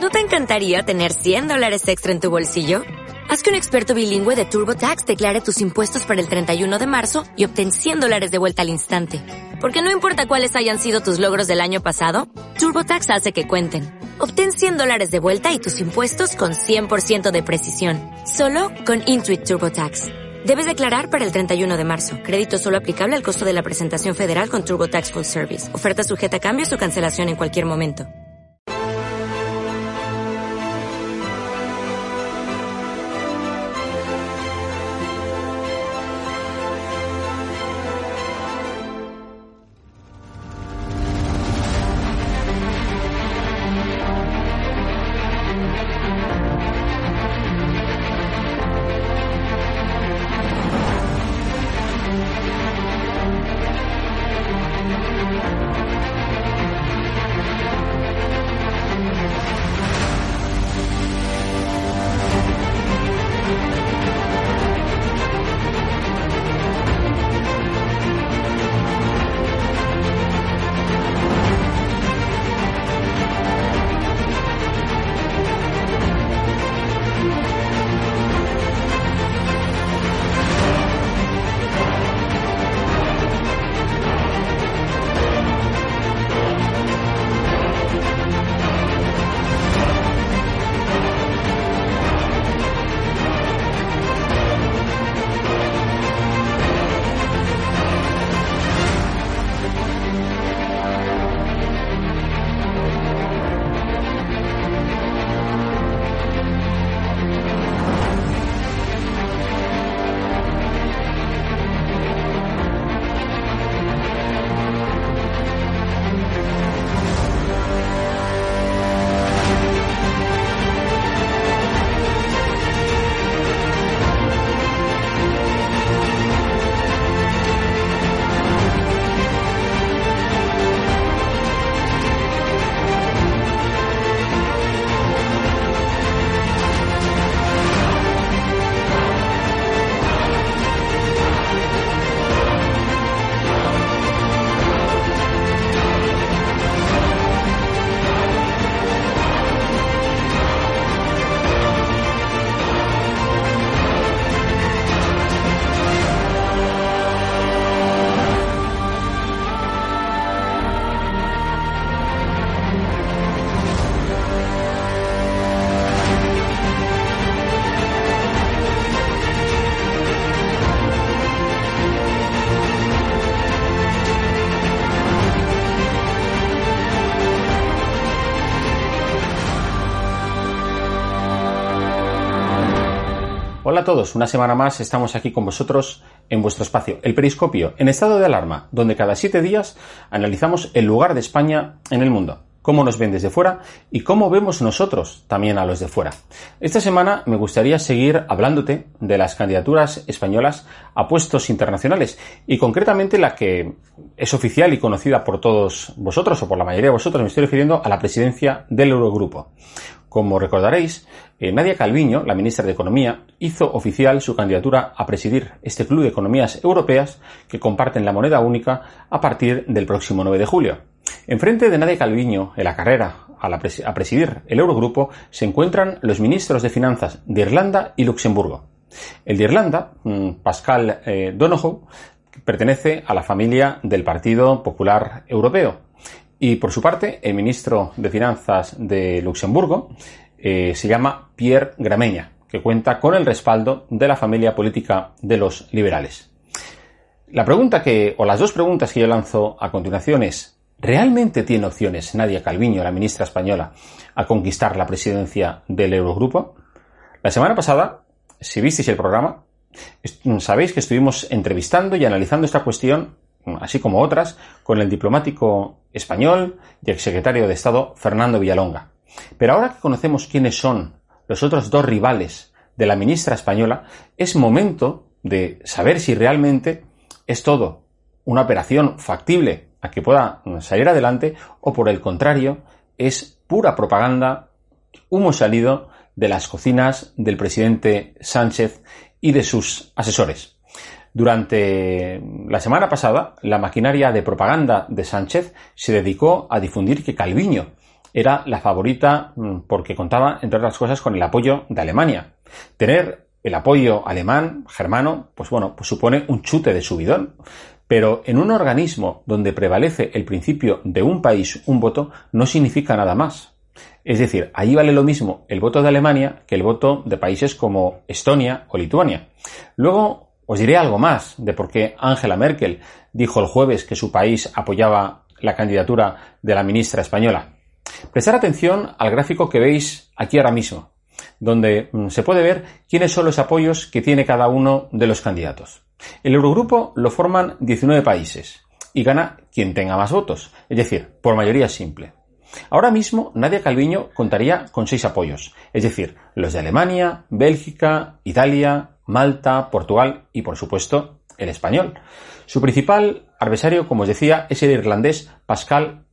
¿No te encantaría tener $100 extra en tu bolsillo? Haz que un experto bilingüe de TurboTax declare tus impuestos para el 31 de marzo y obtén $100 de vuelta al instante. Porque no importa cuáles hayan sido tus logros del año pasado, TurboTax hace que cuenten. Obtén $100 de vuelta y tus impuestos con 100% de precisión. Solo con Intuit TurboTax. Debes declarar para el 31 de marzo. Crédito solo aplicable al costo de la presentación federal con TurboTax Full Service. Oferta sujeta a cambios o cancelación en cualquier momento. Hola a todos, una semana más estamos aquí con vosotros en vuestro espacio, El Periscopio, en estado de alarma, donde cada 7 días analizamos el lugar de España en el mundo, cómo nos ven desde fuera y cómo vemos nosotros también a los de fuera. Esta semana me gustaría seguir hablándote de las candidaturas españolas a puestos internacionales y concretamente la que es oficial y conocida por todos vosotros o por la mayoría de vosotros. Me estoy refiriendo a la presidencia del Eurogrupo. Como recordaréis, Nadia Calviño, la ministra de Economía, hizo oficial su candidatura a presidir este club de economías europeas que comparten la moneda única a partir del próximo 9 de julio. Enfrente de Nadia Calviño, en la carrera a presidir el Eurogrupo, se encuentran los ministros de Finanzas de Irlanda y Luxemburgo. El de Irlanda, Pascal Donohoe, pertenece a la familia del Partido Popular Europeo. Y por su parte, el ministro de Finanzas de Luxemburgo se llama Pierre Gramegna, que cuenta con el respaldo de la familia política de los liberales. Las dos preguntas que yo lanzo a continuación es: ¿realmente tiene opciones Nadia Calviño, la ministra española, a conquistar la presidencia del Eurogrupo? La semana pasada, si visteis el programa, sabéis que estuvimos entrevistando y analizando esta cuestión, así como otras, con el diplomático español y exsecretario de Estado Fernando Villalonga. Pero ahora que conocemos quiénes son los otros dos rivales de la ministra española, es momento de saber si realmente es todo una operación factible a que pueda salir adelante o, por el contrario, es pura propaganda, humo salido de las cocinas del presidente Sánchez y de sus asesores. Durante la semana pasada, la maquinaria de propaganda de Sánchez se dedicó a difundir que Calviño era la favorita porque contaba, entre otras cosas, con el apoyo de Alemania. Tener el apoyo alemán, germano, pues supone un chute de subidón. Pero en un organismo donde prevalece el principio de un país, un voto, no significa nada más. Es decir, ahí vale lo mismo el voto de Alemania que el voto de países como Estonia o Lituania. Luego os diré algo más de por qué Angela Merkel dijo el jueves que su país apoyaba la candidatura de la ministra española. Prestar atención al gráfico que veis aquí ahora mismo, donde se puede ver quiénes son los apoyos que tiene cada uno de los candidatos. El Eurogrupo lo forman 19 países y gana quien tenga más votos, es decir, por mayoría simple. Ahora mismo Nadia Calviño contaría con 6 apoyos, es decir, los de Alemania, Bélgica, Italia, Malta, Portugal y, por supuesto, el español. Su principal adversario, como os decía, es el irlandés Pascal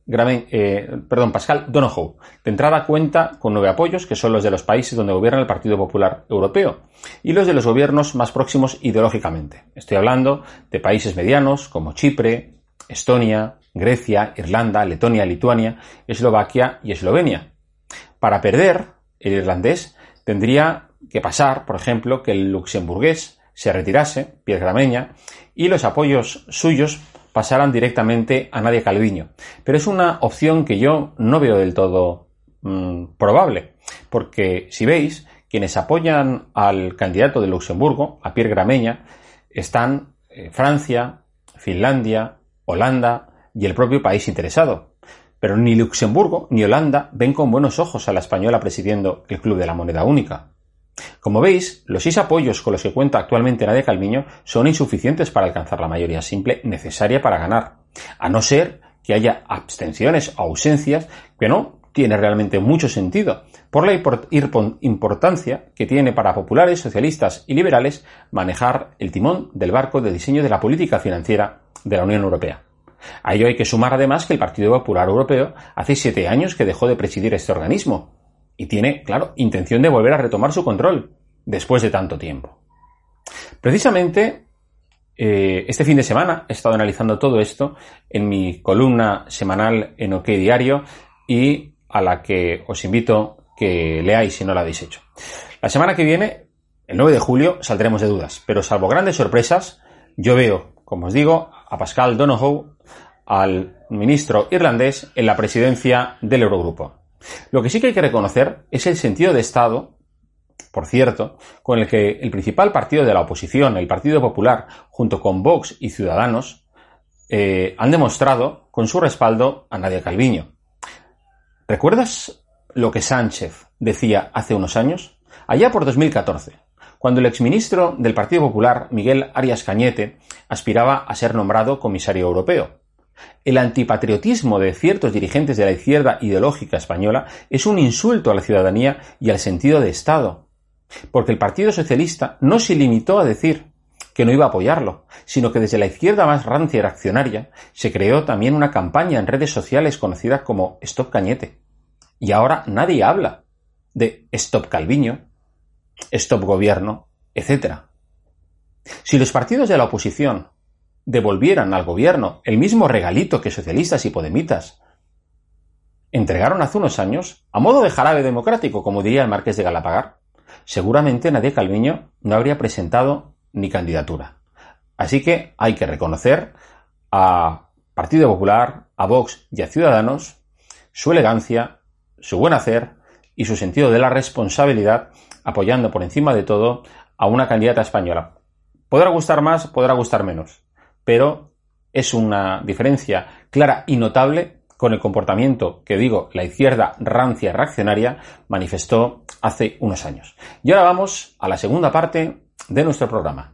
Donohoe. De entrada cuenta con 9 apoyos, que son los de los países donde gobierna el Partido Popular Europeo, y los de los gobiernos más próximos ideológicamente. Estoy hablando de países medianos como Chipre, Estonia, Grecia, Irlanda, Letonia, Lituania, Eslovaquia y Eslovenia. Para perder, el irlandés tendría que pasar, por ejemplo, que el luxemburgués se retirase, Pierre Grameña, y los apoyos suyos pasaran directamente a Nadia Calviño. Pero es una opción que yo no veo del todo probable, porque si veis, quienes apoyan al candidato de Luxemburgo, a Pierre Grameña, están Francia, Finlandia, Holanda y el propio país interesado. Pero ni Luxemburgo ni Holanda ven con buenos ojos a la española presidiendo el Club de la Moneda Única. Como veis, los 6 apoyos con los que cuenta actualmente Nadia Calviño son insuficientes para alcanzar la mayoría simple necesaria para ganar, a no ser que haya abstenciones o ausencias, que no tiene realmente mucho sentido, por la importancia que tiene para populares, socialistas y liberales manejar el timón del barco de diseño de la política financiera de la Unión Europea. A ello hay que sumar además que el Partido Popular Europeo hace 7 años que dejó de presidir este organismo y tiene, claro, intención de volver a retomar su control después de tanto tiempo. Precisamente, este fin de semana he estado analizando todo esto en mi columna semanal en OK Diario y a la que os invito que leáis si no la habéis hecho. La semana que viene, el 9 de julio, saldremos de dudas, pero salvo grandes sorpresas, yo veo, como os digo, a Pascal Donohoe, al ministro irlandés, en la presidencia del Eurogrupo. Lo que sí que hay que reconocer es el sentido de Estado, por cierto, con el que el principal partido de la oposición, el Partido Popular, junto con Vox y Ciudadanos, han demostrado con su respaldo a Nadia Calviño. ¿Recuerdas lo que Sánchez decía hace unos años? Allá por 2014, cuando el exministro del Partido Popular, Miguel Arias Cañete, aspiraba a ser nombrado comisario europeo. El antipatriotismo de ciertos dirigentes de la izquierda ideológica española es un insulto a la ciudadanía y al sentido de Estado, porque el Partido Socialista no se limitó a decir que no iba a apoyarlo, sino que desde la izquierda más rancia y reaccionaria se creó también una campaña en redes sociales conocida como Stop Cañete. Y ahora nadie habla de Stop Calviño, Stop Gobierno, etc. Si los partidos de la oposición devolvieran al gobierno el mismo regalito que socialistas y podemitas entregaron hace unos años, a modo de jarabe democrático, como diría el marqués de Galapagar, seguramente Nadia Calviño no habría presentado ni candidatura. Así que hay que reconocer a Partido Popular, a Vox y a Ciudadanos su elegancia, su buen hacer y su sentido de la responsabilidad, apoyando por encima de todo a una candidata española. Podrá gustar más, podrá gustar menos, pero es una diferencia clara y notable con el comportamiento que, digo, la izquierda rancia y reaccionaria manifestó hace unos años. Y ahora vamos a la segunda parte de nuestro programa.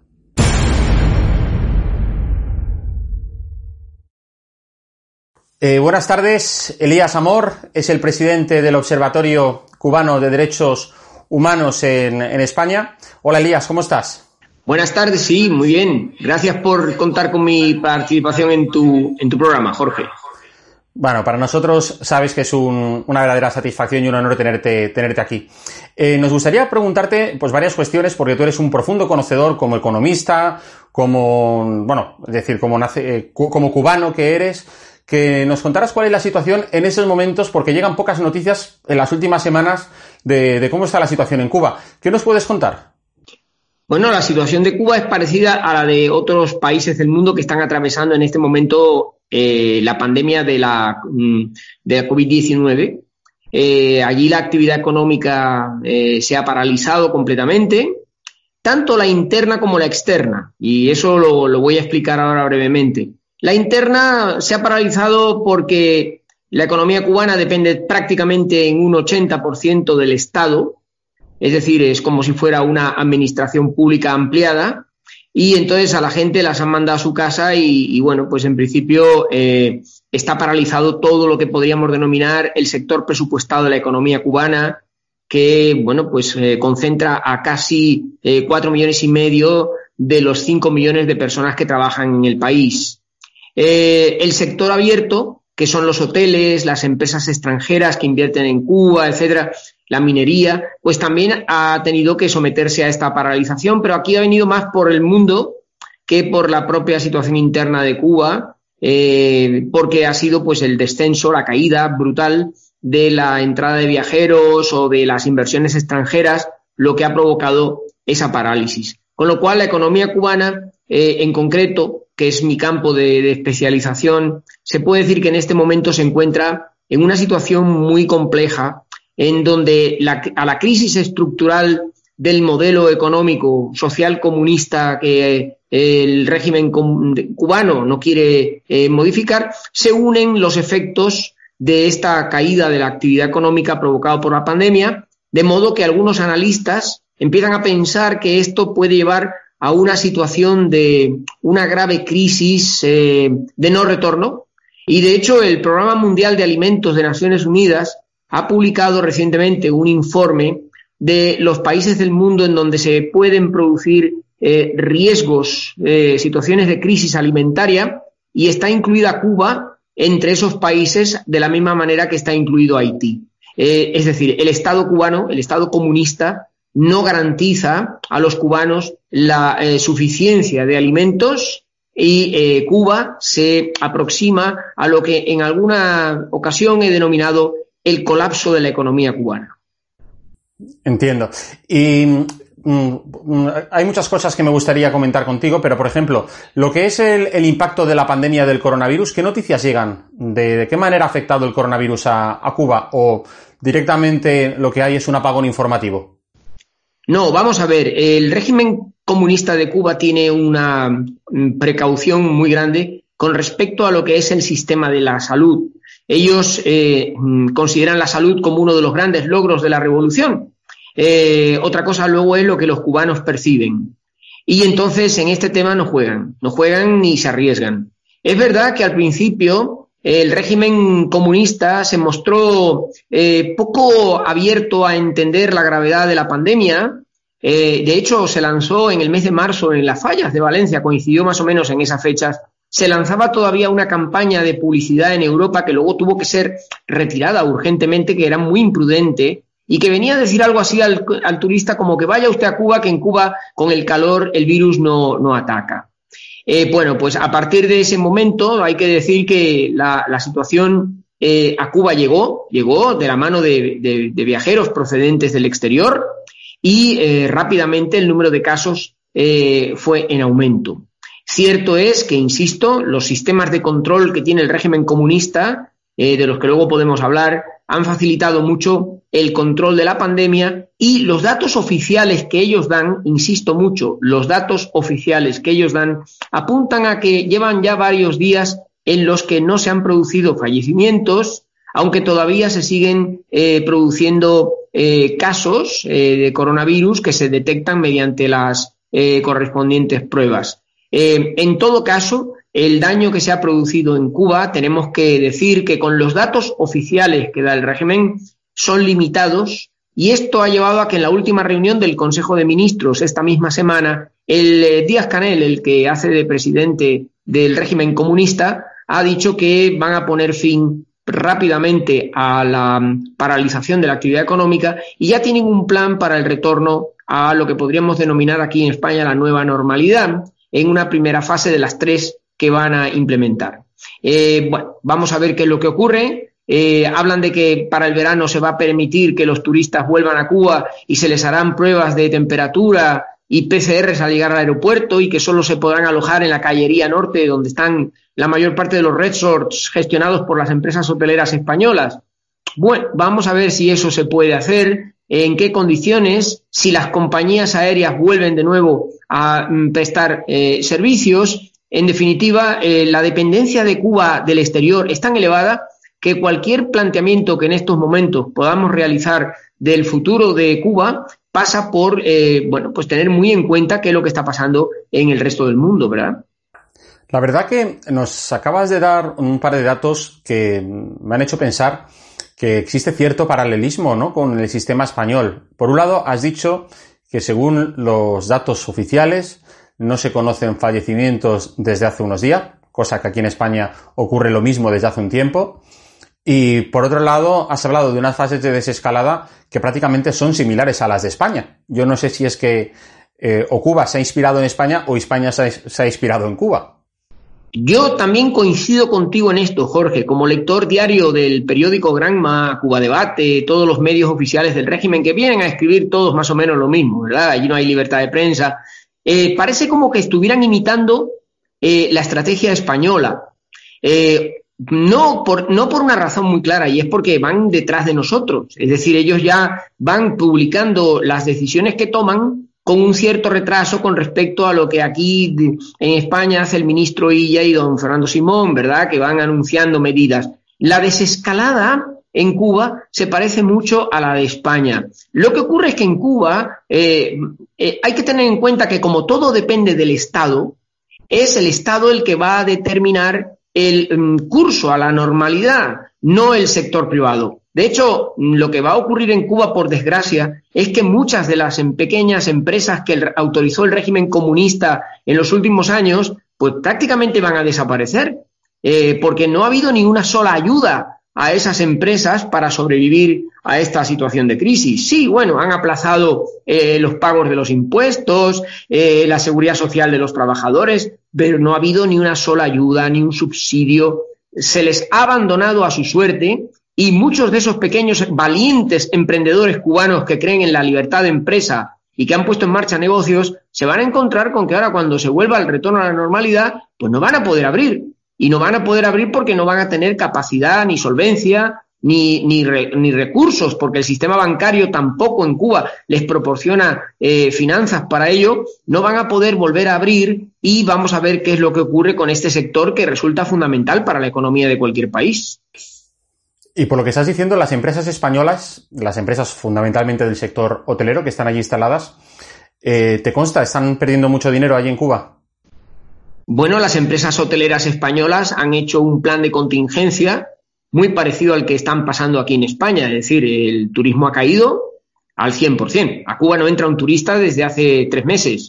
Buenas tardes. Elías Amor es el presidente del Observatorio Cubano de Derechos Humanos en España. Hola Elías, ¿cómo estás? Buenas tardes, sí, muy bien. Gracias por contar con mi participación en tu programa, Jorge. Bueno, para nosotros sabes que es una verdadera satisfacción y un honor tenerte aquí. Nos gustaría preguntarte pues varias cuestiones, porque tú eres un profundo conocedor como economista, como cubano que eres. que nos contaras cuál es la situación en esos momentos, porque llegan pocas noticias en las últimas semanas de cómo está la situación en Cuba. ¿Qué nos puedes contar? Bueno, la situación de Cuba es parecida a la de otros países del mundo que están atravesando en este momento la pandemia de la COVID-19. Allí la actividad económica se ha paralizado completamente, tanto la interna como la externa, y eso lo voy a explicar ahora brevemente. La interna se ha paralizado porque la economía cubana depende prácticamente en un 80% del Estado, es decir, es como si fuera una administración pública ampliada, y entonces a la gente las han mandado a su casa y bueno, pues en principio está paralizado todo lo que podríamos denominar el sector presupuestado de la economía cubana, que bueno, pues concentra a casi 4,5 millones de los 5 millones de personas que trabajan en el país. El sector abierto, que son los hoteles, las empresas extranjeras que invierten en Cuba, etcétera, la minería, pues también ha tenido que someterse a esta paralización, pero aquí ha venido más por el mundo que por la propia situación interna de Cuba, porque ha sido pues el descenso, la caída brutal de la entrada de viajeros o de las inversiones extranjeras, lo que ha provocado esa parálisis. Con lo cual, la economía cubana, en concreto, que es mi campo de especialización, se puede decir que en este momento se encuentra en una situación muy compleja, en donde a la crisis estructural del modelo económico social comunista que el régimen cubano no quiere modificar, se unen los efectos de esta caída de la actividad económica provocada por la pandemia, de modo que algunos analistas empiezan a pensar que esto puede llevar a una situación de una grave crisis de no retorno. Y de hecho el Programa Mundial de Alimentos de Naciones Unidas ha publicado recientemente un informe de los países del mundo en donde se pueden producir riesgos, situaciones de crisis alimentaria, y está incluida Cuba entre esos países de la misma manera que está incluido Haití. Es decir, el Estado cubano, el Estado comunista, no garantiza a los cubanos la suficiencia de alimentos y Cuba se aproxima a lo que en alguna ocasión he denominado el colapso de la economía cubana. Entiendo. Y hay muchas cosas que me gustaría comentar contigo, pero por ejemplo, lo que es el impacto de la pandemia del coronavirus, ¿qué noticias llegan? ¿De qué manera ha afectado el coronavirus a Cuba? ¿O directamente lo que hay es un apagón informativo? No, vamos a ver, el régimen comunista de Cuba tiene una precaución muy grande con respecto a lo que es el sistema de la salud. Ellos consideran la salud como uno de los grandes logros de la revolución. Otra cosa luego es lo que los cubanos perciben. Y entonces en este tema no juegan ni se arriesgan. Es verdad que al principio el régimen comunista se mostró poco abierto a entender la gravedad de la pandemia. De hecho, se lanzó en el mes de marzo en Las Fallas de Valencia, coincidió más o menos en esas fechas. Se lanzaba todavía una campaña de publicidad en Europa que luego tuvo que ser retirada urgentemente, que era muy imprudente y que venía a decir algo así al turista como que vaya usted a Cuba, que en Cuba con el calor el virus no ataca. Bueno, pues a partir de ese momento hay que decir que la situación a Cuba llegó de la mano de viajeros procedentes del exterior y rápidamente el número de casos fue en aumento. Cierto es que, insisto, los sistemas de control que tiene el régimen comunista, de los que luego podemos hablar, han facilitado mucho el control de la pandemia y los datos oficiales que ellos dan, insisto mucho, los datos oficiales que ellos dan apuntan a que llevan ya varios días en los que no se han producido fallecimientos, aunque todavía se siguen produciendo casos de coronavirus que se detectan mediante las correspondientes pruebas. En todo caso, el daño que se ha producido en Cuba, tenemos que decir que con los datos oficiales que da el régimen son limitados, y esto ha llevado a que en la última reunión del Consejo de Ministros esta misma semana, el Díaz-Canel, el que hace de presidente del régimen comunista, ha dicho que van a poner fin rápidamente a la paralización de la actividad económica y ya tienen un plan para el retorno a lo que podríamos denominar aquí en España la nueva normalidad, en una primera fase de las 3 que van a implementar. Bueno, vamos a ver qué es lo que ocurre. Hablan de que para el verano se va a permitir que los turistas vuelvan a Cuba y se les harán pruebas de temperatura y PCRs al llegar al aeropuerto, y que solo se podrán alojar en la Callería Norte, donde están la mayor parte de los resorts gestionados por las empresas hoteleras españolas. Bueno, vamos a ver si eso se puede hacer, en qué condiciones, si las compañías aéreas vuelven de nuevo a prestar servicios. En definitiva, la dependencia de Cuba del exterior es tan elevada que cualquier planteamiento que en estos momentos podamos realizar del futuro de Cuba pasa por pues tener muy en cuenta qué es lo que está pasando en el resto del mundo, ¿verdad? La verdad que nos acabas de dar un par de datos que me han hecho pensar que existe cierto paralelismo, ¿no?, con el sistema español. Por un lado, has dicho que según los datos oficiales no se conocen fallecimientos desde hace unos días, cosa que aquí en España ocurre lo mismo desde hace un tiempo. Y por otro lado, has hablado de unas fases de desescalada que prácticamente son similares a las de España. Yo no sé si es que o Cuba se ha inspirado en España o España se ha inspirado en Cuba. Yo también coincido contigo en esto, Jorge. Como lector diario del periódico Granma, Cuba Debate, todos los medios oficiales del régimen que vienen a escribir todos más o menos lo mismo, ¿verdad? Allí no hay libertad de prensa. Parece como que estuvieran imitando la estrategia española. No por una razón muy clara, y es porque van detrás de nosotros. Es decir, ellos ya van publicando las decisiones que toman con un cierto retraso con respecto a lo que aquí en España hace el ministro Illa y don Fernando Simón, ¿verdad?, que van anunciando medidas. La desescalada en Cuba se parece mucho a la de España. Lo que ocurre es que en Cuba hay que tener en cuenta que, como todo depende del Estado, es el Estado el que va a determinar el curso a la normalidad, no el sector privado. De hecho, lo que va a ocurrir en Cuba, por desgracia, es que muchas de las pequeñas empresas que autorizó el régimen comunista en los últimos años, pues prácticamente van a desaparecer, porque no ha habido ni una sola ayuda a esas empresas para sobrevivir a esta situación de crisis. Sí, bueno, han aplazado los pagos de los impuestos, la seguridad social de los trabajadores, pero no ha habido ni una sola ayuda, ni un subsidio. Se les ha abandonado a su suerte, y muchos de esos pequeños valientes emprendedores cubanos que creen en la libertad de empresa y que han puesto en marcha negocios, se van a encontrar con que ahora, cuando se vuelva el retorno a la normalidad, pues no van a poder abrir. Y no van a poder abrir porque no van a tener capacidad, ni solvencia, ni recursos, porque el sistema bancario tampoco en Cuba les proporciona finanzas para ello. No van a poder volver a abrir, y vamos a ver qué es lo que ocurre con este sector, que resulta fundamental para la economía de cualquier país. Y por lo que estás diciendo, las empresas españolas, las empresas fundamentalmente del sector hotelero que están allí instaladas, ¿te consta, están perdiendo mucho dinero allí en Cuba? Bueno, las empresas hoteleras españolas han hecho un plan de contingencia muy parecido al que están pasando aquí en España. Es decir, el turismo ha caído al 100%. A Cuba no entra un turista desde hace 3 meses.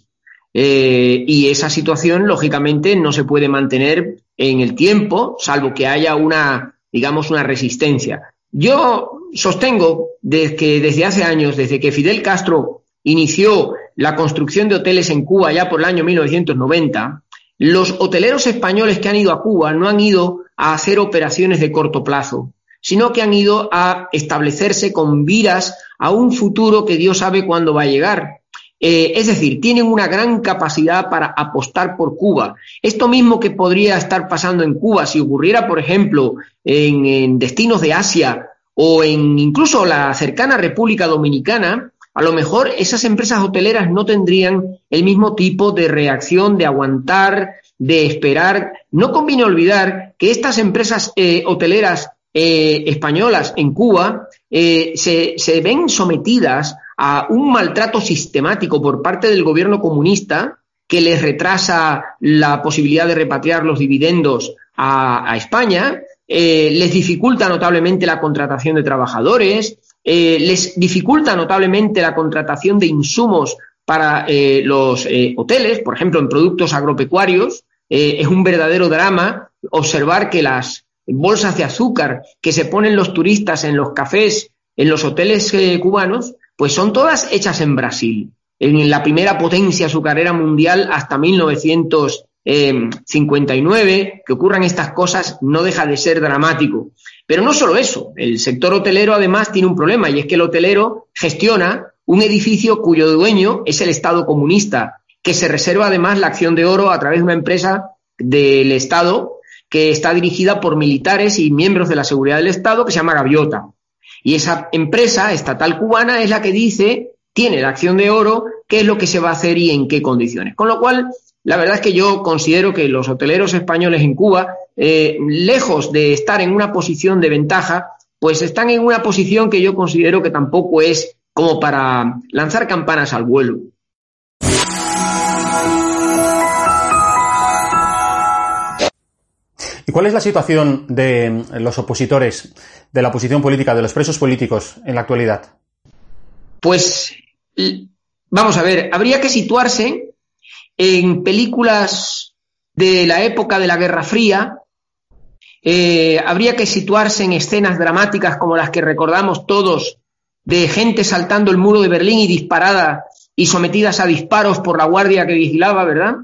Y esa situación, lógicamente, no se puede mantener en el tiempo, salvo que haya una resistencia. Yo sostengo que desde hace años, desde que Fidel Castro inició la construcción de hoteles en Cuba ya por el año 1990, los hoteleros españoles que han ido a Cuba no han ido a hacer operaciones de corto plazo, sino que han ido a establecerse con miras a un futuro que Dios sabe cuándo va a llegar. Es decir, tienen una gran capacidad para apostar por Cuba. Esto mismo que podría estar pasando en Cuba si ocurriera, por ejemplo, en destinos de Asia o en incluso la cercana República Dominicana, a lo mejor esas empresas hoteleras no tendrían el mismo tipo de reacción, de aguantar, de esperar. No conviene olvidar que estas empresas hoteleras españolas en Cuba se ven sometidas a un maltrato sistemático por parte del gobierno comunista, que les retrasa la posibilidad de repatriar los dividendos a España, les dificulta notablemente la contratación de trabajadores, les dificulta notablemente la contratación de insumos para los hoteles, por ejemplo, en productos agropecuarios. Es un verdadero drama observar que las bolsas de azúcar que se ponen los turistas en los cafés, en los hoteles cubanos, pues son todas hechas en Brasil, en la primera potencia azucarera mundial hasta 1900 59, que ocurran estas cosas no deja de ser dramático. Pero no solo eso, el sector hotelero además tiene un problema, y es que el hotelero gestiona un edificio cuyo dueño es el Estado comunista, que se reserva además la acción de oro a través de una empresa del Estado que está dirigida por militares y miembros de la seguridad del Estado, que se llama Gaviota. Y esa empresa estatal cubana es la que dice, tiene la acción de oro, qué es lo que se va a hacer y en qué condiciones. Con lo cual, la verdad es que yo considero que los hoteleros españoles en Cuba, lejos de estar en una posición de ventaja, pues están en una posición que yo considero que tampoco es como para lanzar campanas al vuelo. ¿Y cuál es la situación de los opositores, de la oposición política, de los presos políticos en la actualidad? Pues, vamos a ver, habría que situarse en películas de la época de la Guerra Fría, habría que situarse en escenas dramáticas como las que recordamos todos, de gente saltando el muro de Berlín y disparada y sometidas a disparos por la guardia que vigilaba, ¿verdad?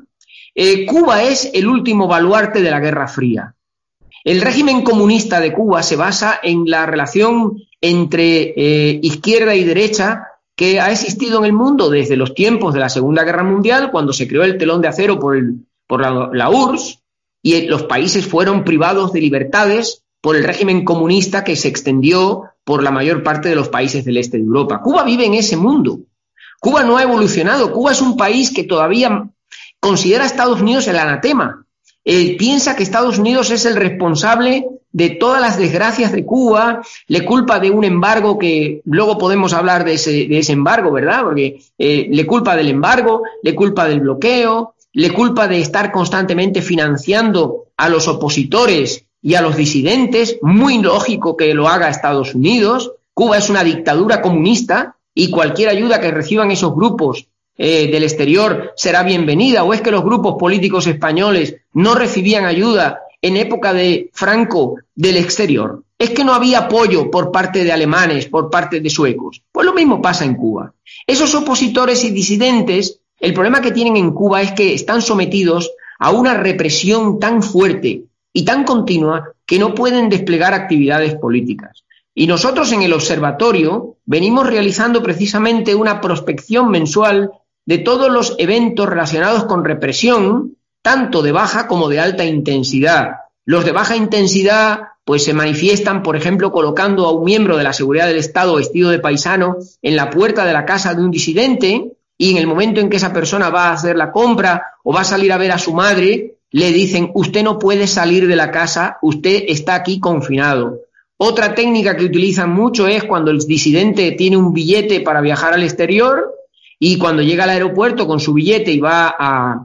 Cuba es el último baluarte de la Guerra Fría. El régimen comunista de Cuba se basa en la relación entre izquierda y derecha que ha existido en el mundo desde los tiempos de la Segunda Guerra Mundial, cuando se creó el telón de acero por la URSS, y los países fueron privados de libertades por el régimen comunista que se extendió por la mayor parte de los países del este de Europa. Cuba vive en ese mundo. Cuba no ha evolucionado. Cuba es un país que todavía considera a Estados Unidos el anatema. Piensa que Estados Unidos es el responsable de todas las desgracias de Cuba, le culpa de un embargo que luego podemos hablar de ese embargo, ¿verdad? Porque le culpa del embargo, le culpa del bloqueo, le culpa de estar constantemente financiando a los opositores y a los disidentes, muy lógico que lo haga Estados Unidos. Cuba es una dictadura comunista y cualquier ayuda que reciban esos grupos del exterior será bienvenida. ¿O es que los grupos políticos españoles no recibían ayuda en época de Franco del exterior? ¿Es que no había apoyo por parte de alemanes, por parte de suecos? Pues lo mismo pasa en Cuba. Esos opositores y disidentes, el problema que tienen en Cuba es que están sometidos a una represión tan fuerte y tan continua que no pueden desplegar actividades políticas. Y nosotros en el observatorio venimos realizando precisamente una prospección mensual de todos los eventos relacionados con represión, tanto de baja como de alta intensidad. Los de baja intensidad pues se manifiestan, por ejemplo, colocando a un miembro de la seguridad del Estado vestido de paisano en la puerta de la casa de un disidente, y en el momento en que esa persona va a hacer la compra o va a salir a ver a su madre, le dicen: usted no puede salir de la casa, usted está aquí confinado. Otra técnica que utilizan mucho es cuando el disidente tiene un billete para viajar al exterior, y cuando llega al aeropuerto con su billete y va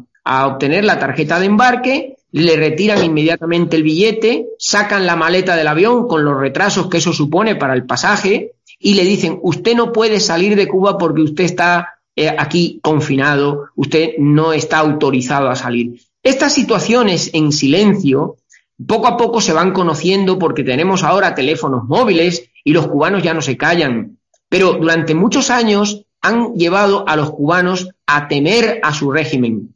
a obtener la tarjeta de embarque, le retiran inmediatamente el billete, sacan la maleta del avión con los retrasos que eso supone para el pasaje y le dicen: usted no puede salir de Cuba porque usted está aquí confinado, usted no está autorizado a salir. Estas situaciones en silencio poco a poco se van conociendo porque tenemos ahora teléfonos móviles y los cubanos ya no se callan, pero durante muchos años han llevado a los cubanos a temer a su régimen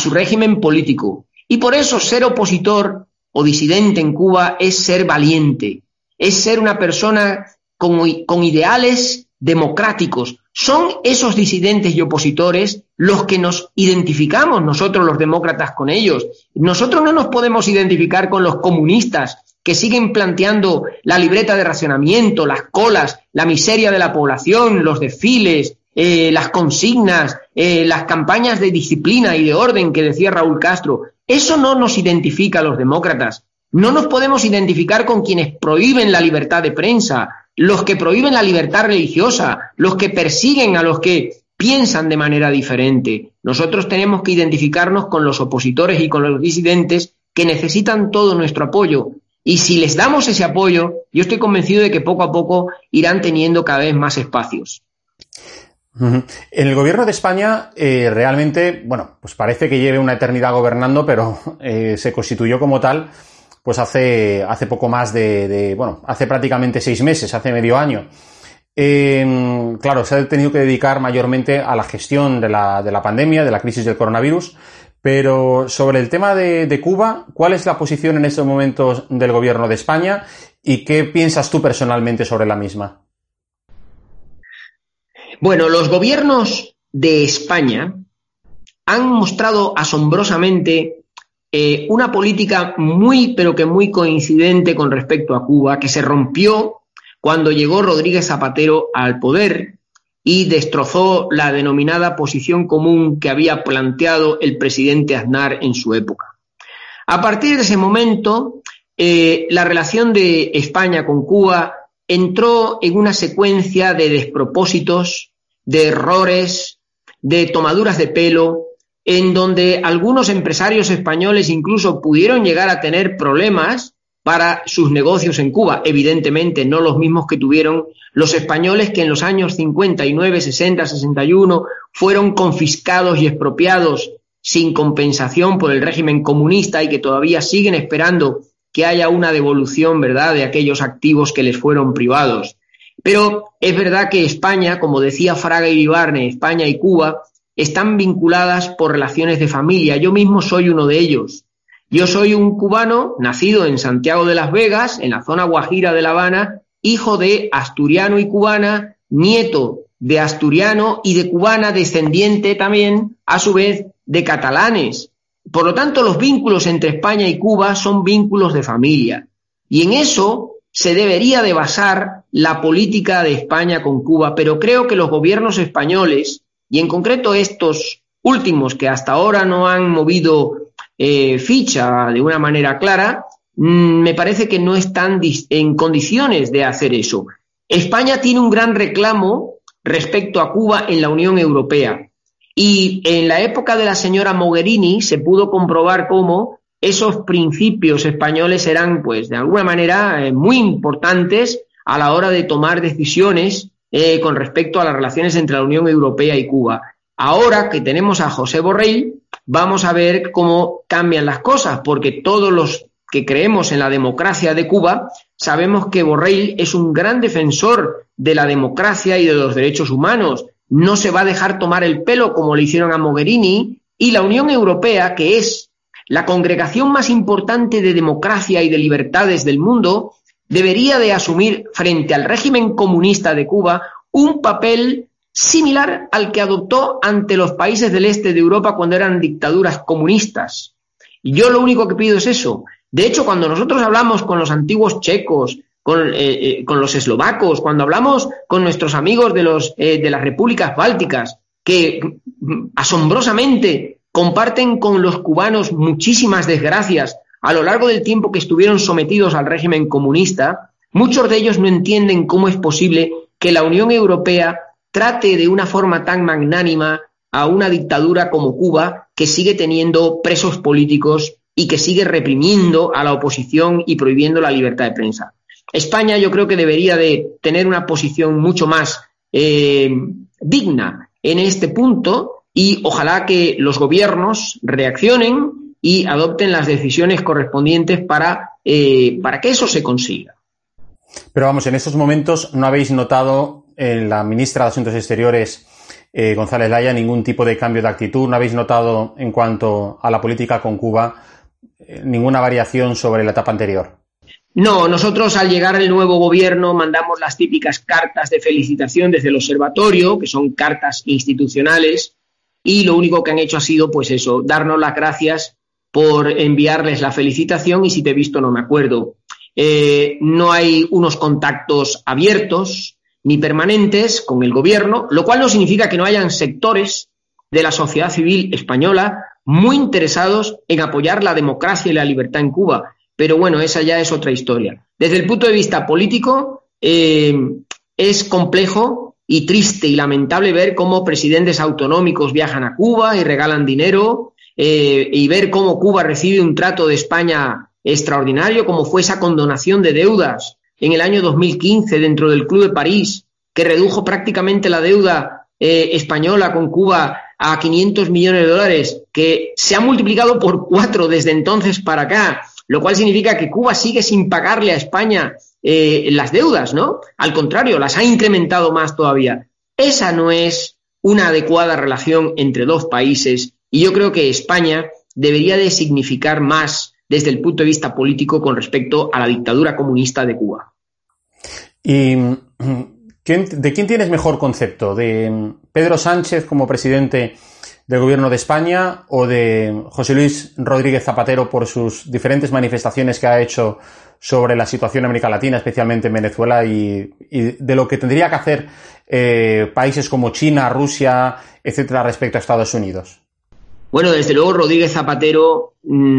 político. Y por eso ser opositor o disidente en Cuba es ser valiente, es ser una persona con ideales democráticos. Son esos disidentes y opositores los que nos identificamos nosotros los demócratas con ellos. Nosotros no nos podemos identificar con los comunistas que siguen planteando la libreta de racionamiento, las colas, la miseria de la población, los desfiles, las consignas, las campañas de disciplina y de orden que decía Raúl Castro. Eso no nos identifica a los demócratas. No nos podemos identificar con quienes prohíben la libertad de prensa, los que prohíben la libertad religiosa, los que persiguen a los que piensan de manera diferente. Nosotros tenemos que identificarnos con los opositores y con los disidentes que necesitan todo nuestro apoyo. Y si les damos ese apoyo, yo estoy convencido de que poco a poco irán teniendo cada vez más espacios. En el gobierno de España realmente, bueno, pues parece que lleve una eternidad gobernando, pero se constituyó como tal pues hace poco más hace prácticamente 6 meses, hace medio año. Claro, se ha tenido que dedicar mayormente a la gestión de la pandemia, de la crisis del coronavirus, Pero sobre el tema de Cuba, ¿cuál es la posición en estos momentos del gobierno de España y qué piensas tú personalmente sobre la misma? Bueno, los gobiernos de España han mostrado asombrosamente una política pero que muy coincidente con respecto a Cuba, que se rompió cuando llegó Rodríguez Zapatero al poder y destrozó la denominada posición común que había planteado el presidente Aznar en su época. A partir de ese momento, la relación de España con Cuba entró en una secuencia de despropósitos, de errores, de tomaduras de pelo, en donde algunos empresarios españoles incluso pudieron llegar a tener problemas para sus negocios en Cuba, evidentemente no los mismos que tuvieron los españoles que en los años 59, 60, 61 fueron confiscados y expropiados sin compensación por el régimen comunista y que todavía siguen esperando que haya una devolución, ¿verdad?, de aquellos activos que les fueron privados. Pero es verdad que España, como decía Fraga Iribarne, España y Cuba están vinculadas por relaciones de familia. Yo mismo soy uno de ellos. Yo soy un cubano nacido en Santiago de las Vegas, en la zona guajira de La Habana, hijo de asturiano y cubana, nieto de asturiano y de cubana, descendiente también, a su vez, de catalanes. Por lo tanto, los vínculos entre España y Cuba son vínculos de familia. Y en eso se debería de basar la política de España con Cuba, pero creo que los gobiernos españoles, y en concreto estos últimos que hasta ahora no han movido ficha de una manera clara, me parece que no están en condiciones de hacer eso. España tiene un gran reclamo respecto a Cuba en la Unión Europea y en la época de la señora Mogherini se pudo comprobar cómo esos principios españoles eran, pues, de alguna manera muy importantes a la hora de tomar decisiones con respecto a las relaciones entre la Unión Europea y Cuba. Ahora que tenemos a José Borrell, vamos a ver cómo cambian las cosas, porque todos los que creemos en la democracia de Cuba sabemos que Borrell es un gran defensor de la democracia y de los derechos humanos. No se va a dejar tomar el pelo como le hicieron a Mogherini, y la Unión Europea, que es la congregación más importante de democracia y de libertades del mundo, debería de asumir frente al régimen comunista de Cuba un papel similar al que adoptó ante los países del este de Europa cuando eran dictaduras comunistas. Y yo lo único que pido es eso. De hecho, cuando nosotros hablamos con los antiguos checos, con los eslovacos, cuando hablamos con nuestros amigos de las repúblicas bálticas, que asombrosamente comparten con los cubanos muchísimas desgracias a lo largo del tiempo que estuvieron sometidos al régimen comunista, muchos de ellos no entienden cómo es posible que la Unión Europea trate de una forma tan magnánima a una dictadura como Cuba, que sigue teniendo presos políticos y que sigue reprimiendo a la oposición y prohibiendo la libertad de prensa. España yo creo que debería de tener una posición mucho más digna en este punto y ojalá que los gobiernos reaccionen y adopten las decisiones correspondientes para que eso se consiga. Pero vamos, en estos momentos no habéis notado en la ministra de Asuntos Exteriores, González Laya, ningún tipo de cambio de actitud. ¿No habéis notado en cuanto a la política con Cuba ninguna variación sobre la etapa anterior? No, nosotros al llegar el nuevo gobierno mandamos las típicas cartas de felicitación desde el observatorio, que son cartas institucionales, y lo único que han hecho ha sido, pues eso, darnos las gracias por enviarles la felicitación y si te he visto no me acuerdo. No hay unos contactos abiertos ni permanentes con el gobierno, lo cual no significa que no hayan sectores de la sociedad civil española muy interesados en apoyar la democracia y la libertad en Cuba. Pero bueno, esa ya es otra historia. Desde el punto de vista político, es complejo y triste y lamentable ver cómo presidentes autonómicos viajan a Cuba y regalan dinero, y ver cómo Cuba recibe un trato de España extraordinario, como fue esa condonación de deudas en el año 2015 dentro del Club de París, que redujo prácticamente la deuda española con Cuba a 500 millones de dólares, que se ha multiplicado por 4 desde entonces para acá, lo cual significa que Cuba sigue sin pagarle a España las deudas, ¿no? Al contrario, las ha incrementado más todavía. Esa no es una adecuada relación entre dos países Y yo creo que España debería de significar más desde el punto de vista político con respecto a la dictadura comunista de Cuba. ¿Y de quién tienes mejor concepto? ¿De Pedro Sánchez como presidente del gobierno de España o de José Luis Rodríguez Zapatero por sus diferentes manifestaciones que ha hecho sobre la situación en América Latina, especialmente en Venezuela, y de lo que tendría que hacer países como China, Rusia, etcétera, respecto a Estados Unidos? Bueno, desde luego Rodríguez Zapatero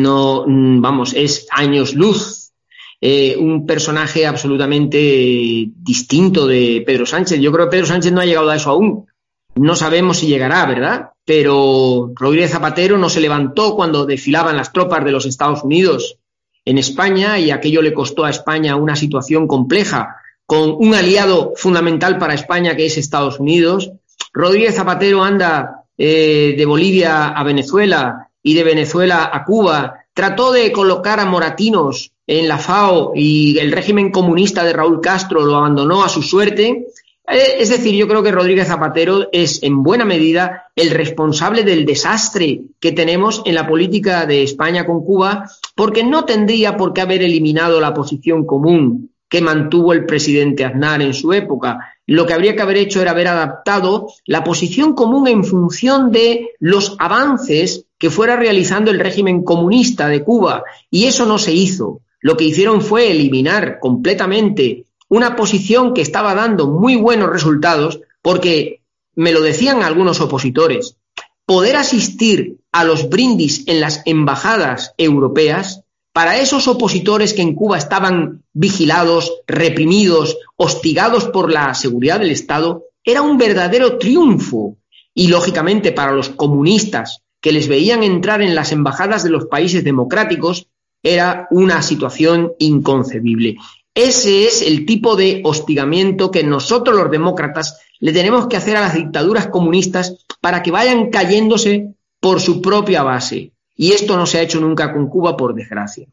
es años luz, un personaje absolutamente distinto de Pedro Sánchez. Yo creo que Pedro Sánchez no ha llegado a eso aún. No sabemos si llegará, ¿verdad? Pero Rodríguez Zapatero no se levantó cuando desfilaban las tropas de los Estados Unidos en España, y aquello le costó a España una situación compleja, con un aliado fundamental para España que es Estados Unidos. Rodríguez Zapatero anda de Bolivia a Venezuela y de Venezuela a Cuba. Trató de colocar a moratinos en la FAO y el régimen comunista de Raúl Castro lo abandonó a su suerte. Es decir, yo creo que Rodríguez Zapatero es en buena medida el responsable del desastre que tenemos en la política de España con Cuba, porque no tendría por qué haber eliminado la posición común que mantuvo el presidente Aznar en su época. Lo que habría que haber hecho era haber adaptado la posición común en función de los avances que fuera realizando el régimen comunista de Cuba, y eso no se hizo. Lo que hicieron fue eliminar completamente una posición que estaba dando muy buenos resultados, porque, me lo decían algunos opositores, poder asistir a los brindis en las embajadas europeas, para esos opositores que en Cuba estaban vigilados, reprimidos, hostigados por la seguridad del Estado, era un verdadero triunfo. Y, lógicamente, para los comunistas que les veían entrar en las embajadas de los países democráticos, era una situación inconcebible. Ese es el tipo de hostigamiento que nosotros los demócratas le tenemos que hacer a las dictaduras comunistas para que vayan cayéndose por su propia base. Y esto no se ha hecho nunca con Cuba, por desgracia.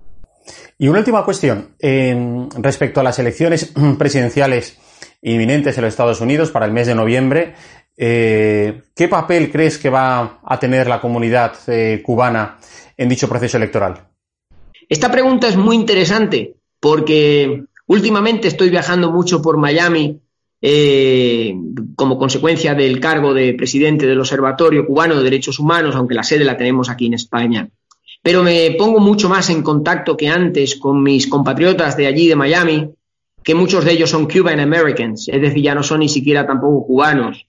Y una última cuestión respecto a las elecciones presidenciales inminentes en los Estados Unidos para el mes de noviembre. ¿Qué papel crees que va a tener la comunidad cubana en dicho proceso electoral? Esta pregunta es muy interesante, porque últimamente estoy viajando mucho por Miami como consecuencia del cargo de presidente del Observatorio Cubano de Derechos Humanos, aunque la sede la tenemos aquí en España. Pero me pongo mucho más en contacto que antes con mis compatriotas de allí, de Miami, que muchos de ellos son Cuban Americans, es decir, ya no son ni siquiera tampoco cubanos.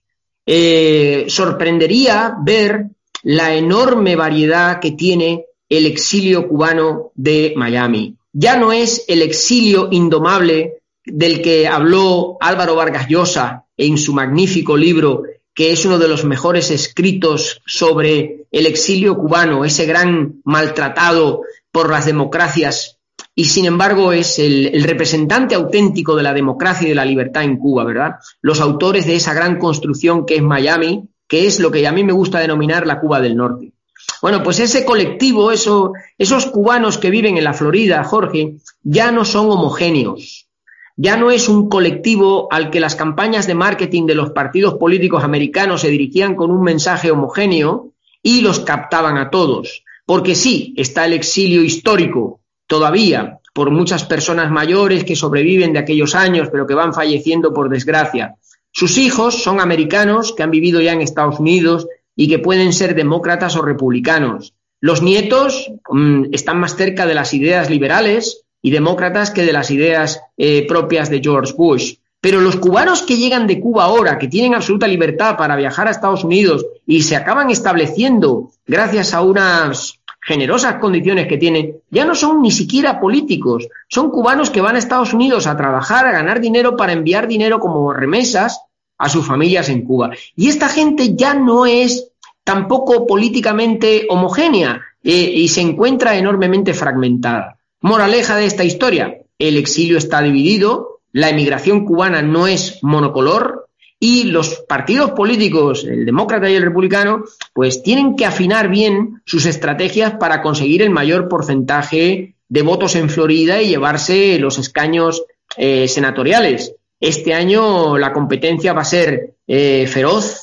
Sorprendería ver la enorme variedad que tiene el exilio cubano de Miami. Ya no es el exilio indomable del que habló Álvaro Vargas Llosa en su magnífico libro, que es uno de los mejores escritos sobre el exilio cubano, ese gran maltratado por las democracias, y sin embargo es el representante auténtico de la democracia y de la libertad en Cuba, ¿verdad? Los autores de esa gran construcción que es Miami, que es lo que a mí me gusta denominar la Cuba del Norte. Bueno, pues ese colectivo, esos cubanos que viven en la Florida, Jorge, ya no son homogéneos. Ya no es un colectivo al que las campañas de marketing de los partidos políticos americanos se dirigían con un mensaje homogéneo y los captaban a todos. Porque sí, está el exilio histórico todavía por muchas personas mayores que sobreviven de aquellos años, pero que van falleciendo por desgracia. Sus hijos son americanos que han vivido ya en Estados Unidos y que pueden ser demócratas o republicanos. Los nietos están más cerca de las ideas liberales y demócratas que de las ideas propias de George Bush. Pero los cubanos que llegan de Cuba ahora, que tienen absoluta libertad para viajar a Estados Unidos y se acaban estableciendo gracias a unas generosas condiciones que tienen, ya no son ni siquiera políticos, son cubanos que van a Estados Unidos a trabajar, a ganar dinero para enviar dinero como remesas a sus familias en Cuba. Y esta gente ya no es tampoco políticamente homogénea y se encuentra enormemente fragmentada. Moraleja de esta historia, el exilio está dividido, la emigración cubana no es monocolor y los partidos políticos, el demócrata y el republicano, pues tienen que afinar bien sus estrategias para conseguir el mayor porcentaje de votos en Florida y llevarse los escaños senatoriales. Este año la competencia va a ser feroz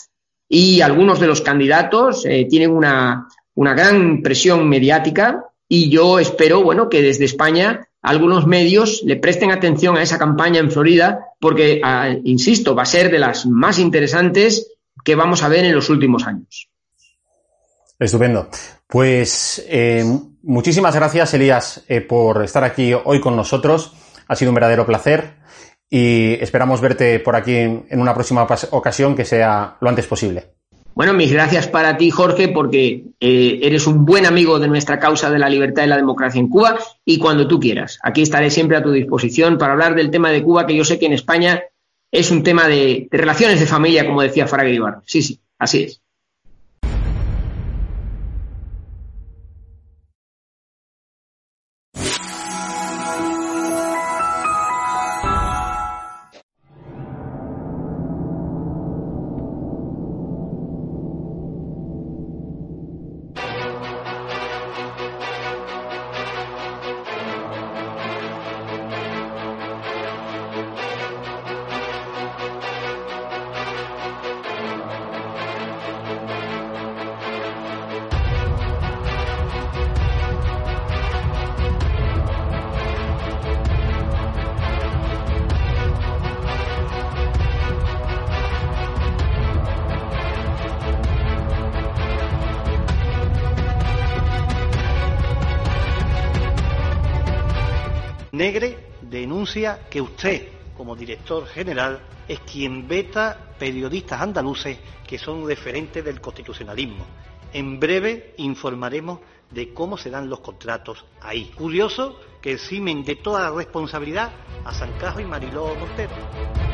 y algunos de los candidatos tienen una gran presión mediática, y yo espero, bueno, que desde España algunos medios le presten atención a esa campaña en Florida, porque, insisto, va a ser de las más interesantes que vamos a ver en los últimos años. Estupendo. Pues muchísimas gracias, Elías, por estar aquí hoy con nosotros. Ha sido un verdadero placer y esperamos verte por aquí en una próxima ocasión, que sea lo antes posible. Bueno, mis gracias para ti, Jorge, porque eres un buen amigo de nuestra causa de la libertad y la democracia en Cuba, y cuando tú quieras. Aquí estaré siempre a tu disposición para hablar del tema de Cuba, que yo sé que en España es un tema de relaciones de familia, como decía Fraga Iribarne. Sí, así es. Negre denuncia que usted, como director general, es quien veta periodistas andaluces que son referentes del constitucionalismo. En breve informaremos de cómo se dan los contratos ahí. Curioso que eximen de toda la responsabilidad a Sancajo y Mariló Montero.